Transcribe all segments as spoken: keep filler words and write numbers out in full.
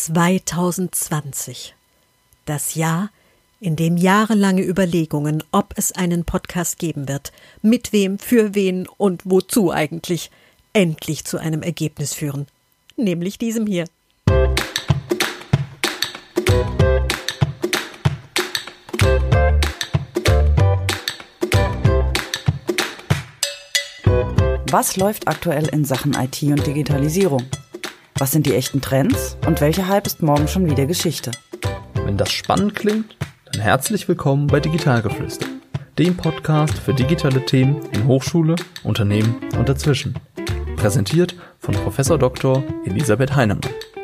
zwanzig zwanzig. Das Jahr, in dem jahrelange Überlegungen, ob es einen Podcast geben wird, mit wem, für wen und wozu eigentlich, endlich zu einem Ergebnis führen. Nämlich diesem hier. Was läuft aktuell in Sachen I T und Digitalisierung? Was sind die echten Trends und welcher Hype ist morgen schon wieder Geschichte? Wenn das spannend klingt, dann herzlich willkommen bei Digitalgeflüster, dem Podcast für digitale Themen in Hochschule, Unternehmen und dazwischen. Präsentiert von Professor Doktor Elisabeth Heinemann.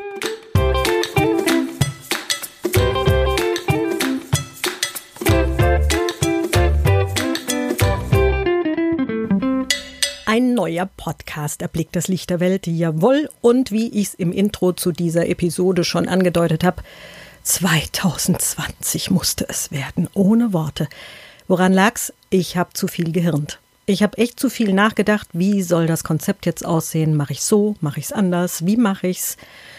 Ein neuer Podcast erblickt das Licht der Welt, jawohl. Und wie ich es im Intro zu dieser Episode schon angedeutet habe, zwanzig zwanzig musste es werden, ohne Worte. Woran lag's? Ich habe zu viel gehirnt. Ich habe echt zu viel nachgedacht, wie soll das Konzept jetzt aussehen? Mache ich so? Mache ich es anders? Wie mache ich's?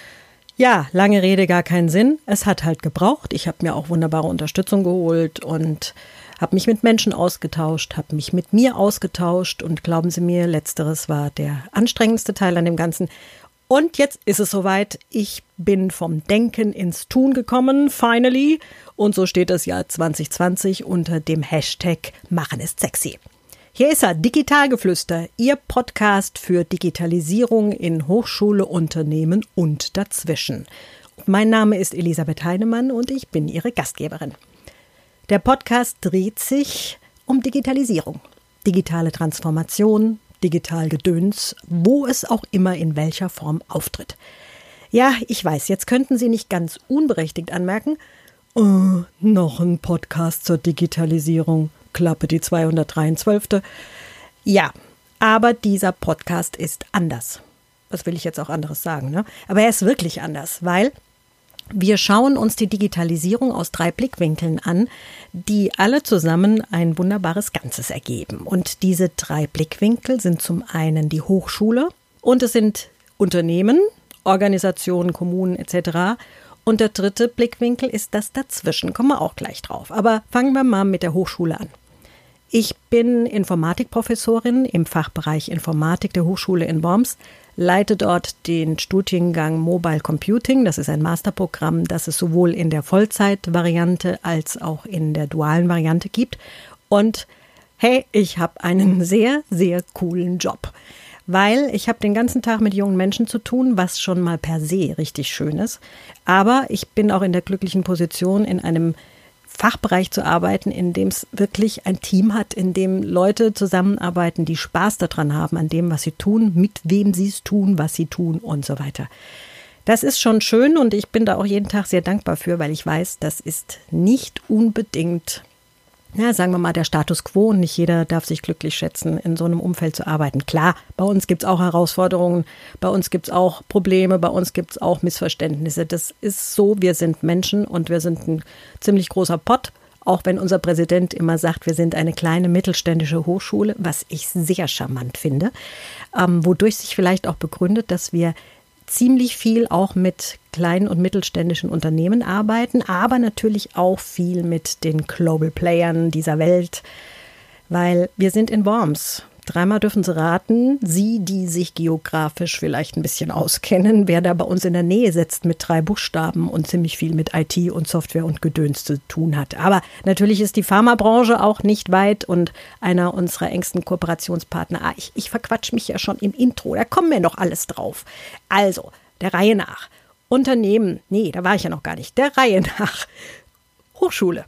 Ja, lange Rede, gar keinen Sinn. Es hat halt gebraucht. Ich habe mir auch wunderbare Unterstützung geholt und habe mich mit Menschen ausgetauscht, habe mich mit mir ausgetauscht und glauben Sie mir, letzteres war der anstrengendste Teil an dem Ganzen. Und jetzt ist es soweit, ich bin vom Denken ins Tun gekommen, finally. Und so steht das Jahr zwanzig zwanzig unter dem Hashtag Machen ist sexy. Hier ist er, Digitalgeflüster, Ihr Podcast für Digitalisierung in Hochschule, Unternehmen und dazwischen. Mein Name ist Elisabeth Heinemann und ich bin Ihre Gastgeberin. Der Podcast dreht sich um Digitalisierung, digitale Transformation, digital Gedöns, wo es auch immer in welcher Form auftritt. Ja, ich weiß, jetzt könnten Sie nicht ganz unberechtigt anmerken, oh, noch ein Podcast zur Digitalisierung, Klappe die zweihundertdreiundzwölfte. Ja, aber dieser Podcast ist anders. Was will ich jetzt auch anderes sagen, ne? Aber er ist wirklich anders, weil wir schauen uns die Digitalisierung aus drei Blickwinkeln an, die alle zusammen ein wunderbares Ganzes ergeben. Und diese drei Blickwinkel sind zum einen die Hochschule und es sind Unternehmen, Organisationen, Kommunen et cetera. Und der dritte Blickwinkel ist das Dazwischen. Kommen wir auch gleich drauf. Aber fangen wir mal mit der Hochschule an. Ich bin Informatikprofessorin im Fachbereich Informatik der Hochschule in Worms, leite dort den Studiengang Mobile Computing. Das ist ein Masterprogramm, das es sowohl in der Vollzeitvariante als auch in der dualen Variante gibt. Und hey, ich habe einen sehr, sehr coolen Job, weil ich habe den ganzen Tag mit jungen Menschen zu tun, was schon mal per se richtig schön ist. Aber ich bin auch in der glücklichen Position, in einem Fachbereich zu arbeiten, in dem es wirklich ein Team hat, in dem Leute zusammenarbeiten, die Spaß daran haben, an dem, was sie tun, mit wem sie es tun, was sie tun und so weiter. Das ist schon schön und ich bin da auch jeden Tag sehr dankbar für, weil ich weiß, das ist nicht unbedingt, ja, sagen wir mal, der Status quo und nicht jeder darf sich glücklich schätzen, in so einem Umfeld zu arbeiten. Klar, bei uns gibt es auch Herausforderungen, bei uns gibt es auch Probleme, bei uns gibt es auch Missverständnisse. Das ist so, wir sind Menschen und wir sind ein ziemlich großer Pott, auch wenn unser Präsident immer sagt, wir sind eine kleine mittelständische Hochschule, was ich sehr charmant finde, ähm, wodurch sich vielleicht auch begründet, dass wir ziemlich viel auch mit kleinen und mittelständischen Unternehmen arbeiten, aber natürlich auch viel mit den Global Playern dieser Welt, weil wir sind in Worms. Dreimal dürfen Sie raten, Sie, die sich geografisch vielleicht ein bisschen auskennen, wer da bei uns in der Nähe sitzt mit drei Buchstaben und ziemlich viel mit I T und Software und Gedöns zu tun hat. Aber natürlich ist die Pharmabranche auch nicht weit und einer unserer engsten Kooperationspartner, ah, ich, ich verquatsch mich ja schon im Intro, da kommen wir noch alles drauf. Also, der Reihe nach. Unternehmen, nee, da war ich ja noch gar nicht, der Reihe nach. Hochschule.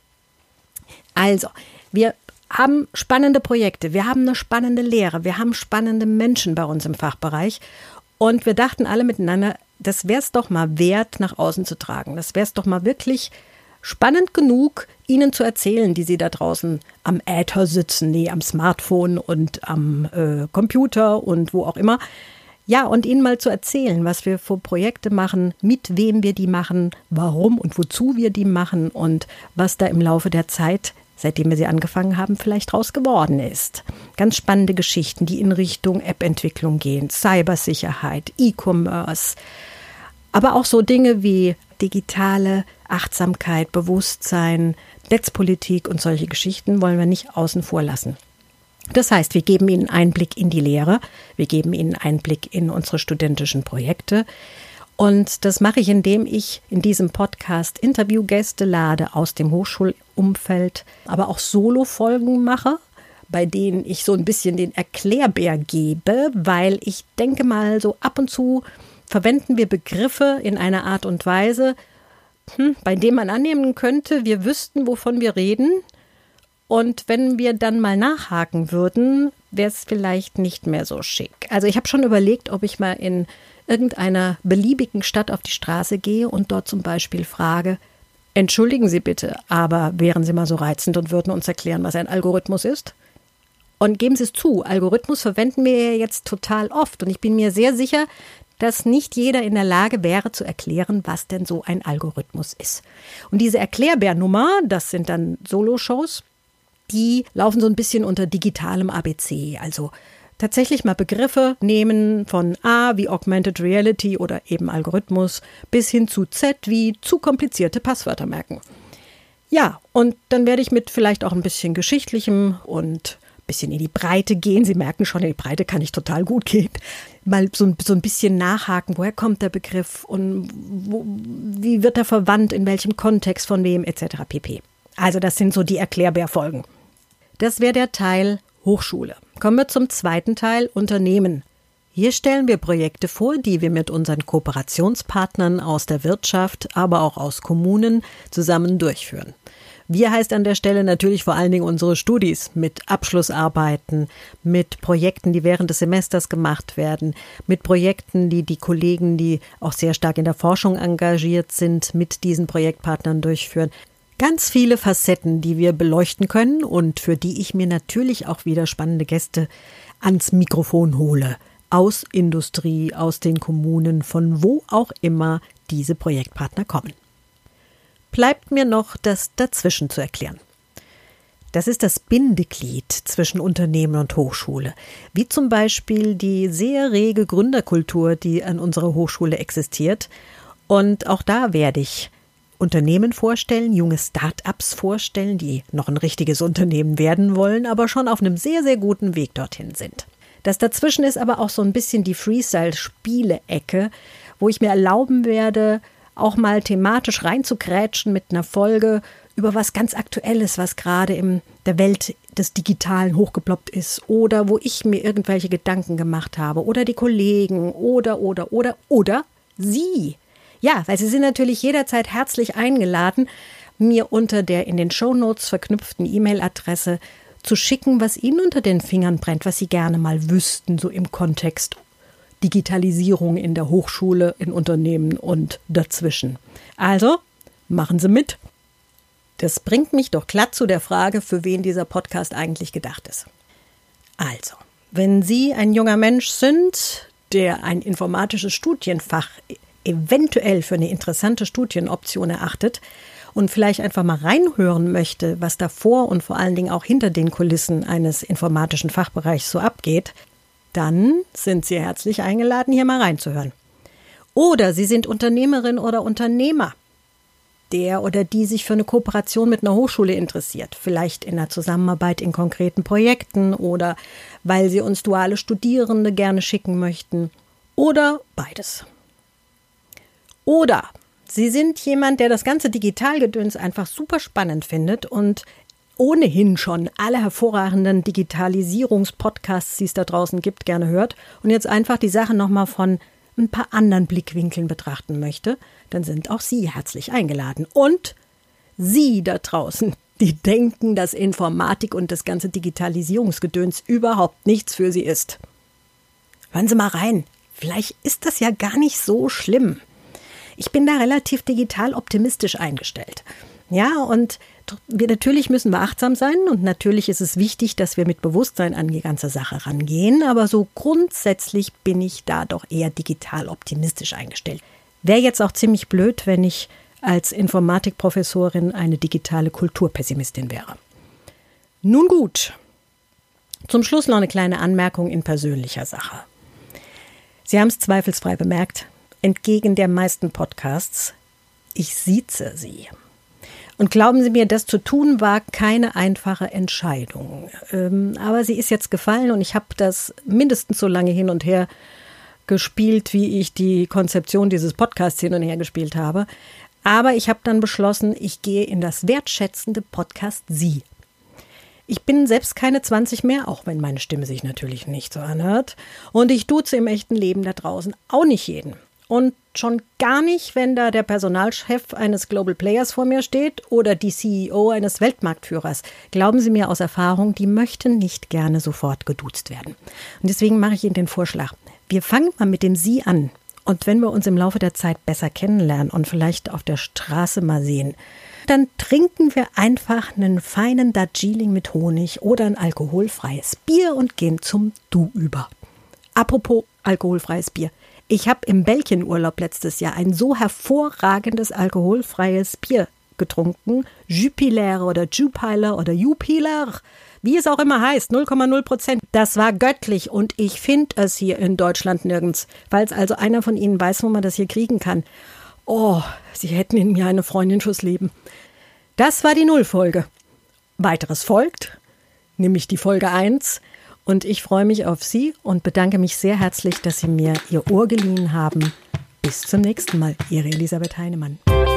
Also, wir haben spannende Projekte, wir haben eine spannende Lehre, wir haben spannende Menschen bei uns im Fachbereich und wir dachten alle miteinander, das wäre es doch mal wert, nach außen zu tragen. Das wäre es doch mal wirklich spannend genug, Ihnen zu erzählen, die Sie da draußen am Äther sitzen, nee, am Smartphone und am äh, Computer und wo auch immer. Ja, und Ihnen mal zu erzählen, was wir für Projekte machen, mit wem wir die machen, warum und wozu wir die machen und was da im Laufe der Zeit, seitdem wir sie angefangen haben, vielleicht draus geworden ist. Ganz spannende Geschichten, die in Richtung App-Entwicklung gehen, Cybersicherheit, E-Commerce, aber auch so Dinge wie digitale Achtsamkeit, Bewusstsein, Netzpolitik und solche Geschichten wollen wir nicht außen vor lassen. Das heißt, wir geben Ihnen Einblick in die Lehre, wir geben Ihnen Einblick in unsere studentischen Projekte. Und das mache ich, indem ich in diesem Podcast Interviewgäste lade aus dem Hochschulumfeld, aber auch Solo-Folgen mache, bei denen ich so ein bisschen den Erklärbär gebe, weil ich denke mal, so ab und zu verwenden wir Begriffe in einer Art und Weise, hm, bei dem man annehmen könnte, wir wüssten, wovon wir reden. Und wenn wir dann mal nachhaken würden, wäre es vielleicht nicht mehr so schick. Also ich habe schon überlegt, ob ich mal in irgendeiner beliebigen Stadt auf die Straße gehe und dort zum Beispiel frage, entschuldigen Sie bitte, aber wären Sie mal so reizend und würden uns erklären, was ein Algorithmus ist? Und geben Sie es zu, Algorithmus verwenden wir ja jetzt total oft und ich bin mir sehr sicher, dass nicht jeder in der Lage wäre zu erklären, was denn so ein Algorithmus ist. Und diese Erklärbär-Nummer, das sind dann Solo-Shows, die laufen so ein bisschen unter digitalem A B C, also tatsächlich mal Begriffe nehmen von A wie Augmented Reality oder eben Algorithmus bis hin zu Z wie zu komplizierte Passwörter merken. Ja, und dann werde ich mit vielleicht auch ein bisschen Geschichtlichem und ein bisschen in die Breite gehen. Sie merken schon, in die Breite kann ich total gut gehen. Mal so, so ein bisschen nachhaken, woher kommt der Begriff und wo, wie wird er verwandt, in welchem Kontext, von wem et cetera pp. Also das sind so die Erklärbärfolgen. Das wäre der Teil Hochschule. Kommen wir zum zweiten Teil, Unternehmen. Hier stellen wir Projekte vor, die wir mit unseren Kooperationspartnern aus der Wirtschaft, aber auch aus Kommunen zusammen durchführen. Wir heißt an der Stelle natürlich vor allen Dingen unsere Studis mit Abschlussarbeiten, mit Projekten, die während des Semesters gemacht werden, mit Projekten, die die Kollegen, die auch sehr stark in der Forschung engagiert sind, mit diesen Projektpartnern durchführen. Ganz viele Facetten, die wir beleuchten können und für die ich mir natürlich auch wieder spannende Gäste ans Mikrofon hole. Aus Industrie, aus den Kommunen, von wo auch immer diese Projektpartner kommen. Bleibt mir noch das Dazwischen zu erklären. Das ist das Bindeglied zwischen Unternehmen und Hochschule, wie zum Beispiel die sehr rege Gründerkultur, die an unserer Hochschule existiert. Und auch da werde ich Unternehmen vorstellen, junge Start-ups vorstellen, die noch ein richtiges Unternehmen werden wollen, aber schon auf einem sehr, sehr guten Weg dorthin sind. Das Dazwischen ist aber auch so ein bisschen die Freestyle-Spiele-Ecke, wo ich mir erlauben werde, auch mal thematisch reinzugrätschen mit einer Folge über was ganz Aktuelles, was gerade in der Welt des Digitalen hochgeploppt ist oder wo ich mir irgendwelche Gedanken gemacht habe oder die Kollegen oder, oder, oder, oder Sie. Ja, weil Sie sind natürlich jederzeit herzlich eingeladen, mir unter der in den Shownotes verknüpften E-Mail-Adresse zu schicken, was Ihnen unter den Fingern brennt, was Sie gerne mal wüssten, so im Kontext Digitalisierung in der Hochschule, in Unternehmen und dazwischen. Also, machen Sie mit. Das bringt mich doch glatt zu der Frage, für wen dieser Podcast eigentlich gedacht ist. Also, wenn Sie ein junger Mensch sind, der ein informatisches Studienfach eventuell für eine interessante Studienoption erachtet und vielleicht einfach mal reinhören möchte, was davor und vor allen Dingen auch hinter den Kulissen eines informatischen Fachbereichs so abgeht, dann sind Sie herzlich eingeladen, hier mal reinzuhören. Oder Sie sind Unternehmerin oder Unternehmer, der oder die sich für eine Kooperation mit einer Hochschule interessiert, vielleicht in der Zusammenarbeit in konkreten Projekten oder weil Sie uns duale Studierende gerne schicken möchten oder beides. Oder Sie sind jemand, der das ganze Digitalgedöns einfach super spannend findet und ohnehin schon alle hervorragenden Digitalisierungspodcasts, die es da draußen gibt, gerne hört und jetzt einfach die Sache nochmal von ein paar anderen Blickwinkeln betrachten möchte, dann sind auch Sie herzlich eingeladen. Und Sie da draußen, die denken, dass Informatik und das ganze Digitalisierungsgedöns überhaupt nichts für Sie ist. Hören Sie mal rein, vielleicht ist das ja gar nicht so schlimm. Ich bin da relativ digital optimistisch eingestellt. Ja, und wir, natürlich müssen wir achtsam sein und natürlich ist es wichtig, dass wir mit Bewusstsein an die ganze Sache rangehen, aber so grundsätzlich bin ich da doch eher digital optimistisch eingestellt. Wäre jetzt auch ziemlich blöd, wenn ich als Informatikprofessorin eine digitale Kulturpessimistin wäre. Nun gut, zum Schluss noch eine kleine Anmerkung in persönlicher Sache. Sie haben es zweifelsfrei bemerkt, entgegen der meisten Podcasts Ich sieze sie. Und glauben Sie mir, das zu tun war keine einfache Entscheidung. Ähm, aber sie ist jetzt gefallen und ich habe das mindestens so lange hin und her gespielt, wie ich die Konzeption dieses Podcasts hin und her gespielt habe. Aber ich habe dann beschlossen, ich gehe in das wertschätzende Podcast Sie. Ich bin selbst keine zwanzig mehr, auch wenn meine Stimme sich natürlich nicht so anhört. Und ich duze im echten Leben da draußen auch nicht jeden. Und schon gar nicht, wenn da der Personalchef eines Global Players vor mir steht oder die C E O eines Weltmarktführers. Glauben Sie mir aus Erfahrung, die möchten nicht gerne sofort geduzt werden. Und deswegen mache ich Ihnen den Vorschlag. Wir fangen mal mit dem Sie an. Und wenn wir uns im Laufe der Zeit besser kennenlernen und vielleicht auf der Straße mal sehen, dann trinken wir einfach einen feinen Darjeeling mit Honig oder ein alkoholfreies Bier und gehen zum Du über. Apropos alkoholfreies Bier. Ich habe im Belgien-Urlaub letztes Jahr ein so hervorragendes alkoholfreies Bier getrunken. Jupiler oder Jupiler oder Jupiler, wie es auch immer heißt, null Komma null Prozent. Das war göttlich und ich finde es hier in Deutschland nirgends. Falls also einer von Ihnen weiß, wo man das hier kriegen kann. Oh, Sie hätten in mir eine Freundin fürs Leben. Das war die Nullfolge. Weiteres folgt, nämlich die Folge eins. Und ich freue mich auf Sie und bedanke mich sehr herzlich, dass Sie mir Ihr Ohr geliehen haben. Bis zum nächsten Mal, Ihre Elisabeth Heinemann.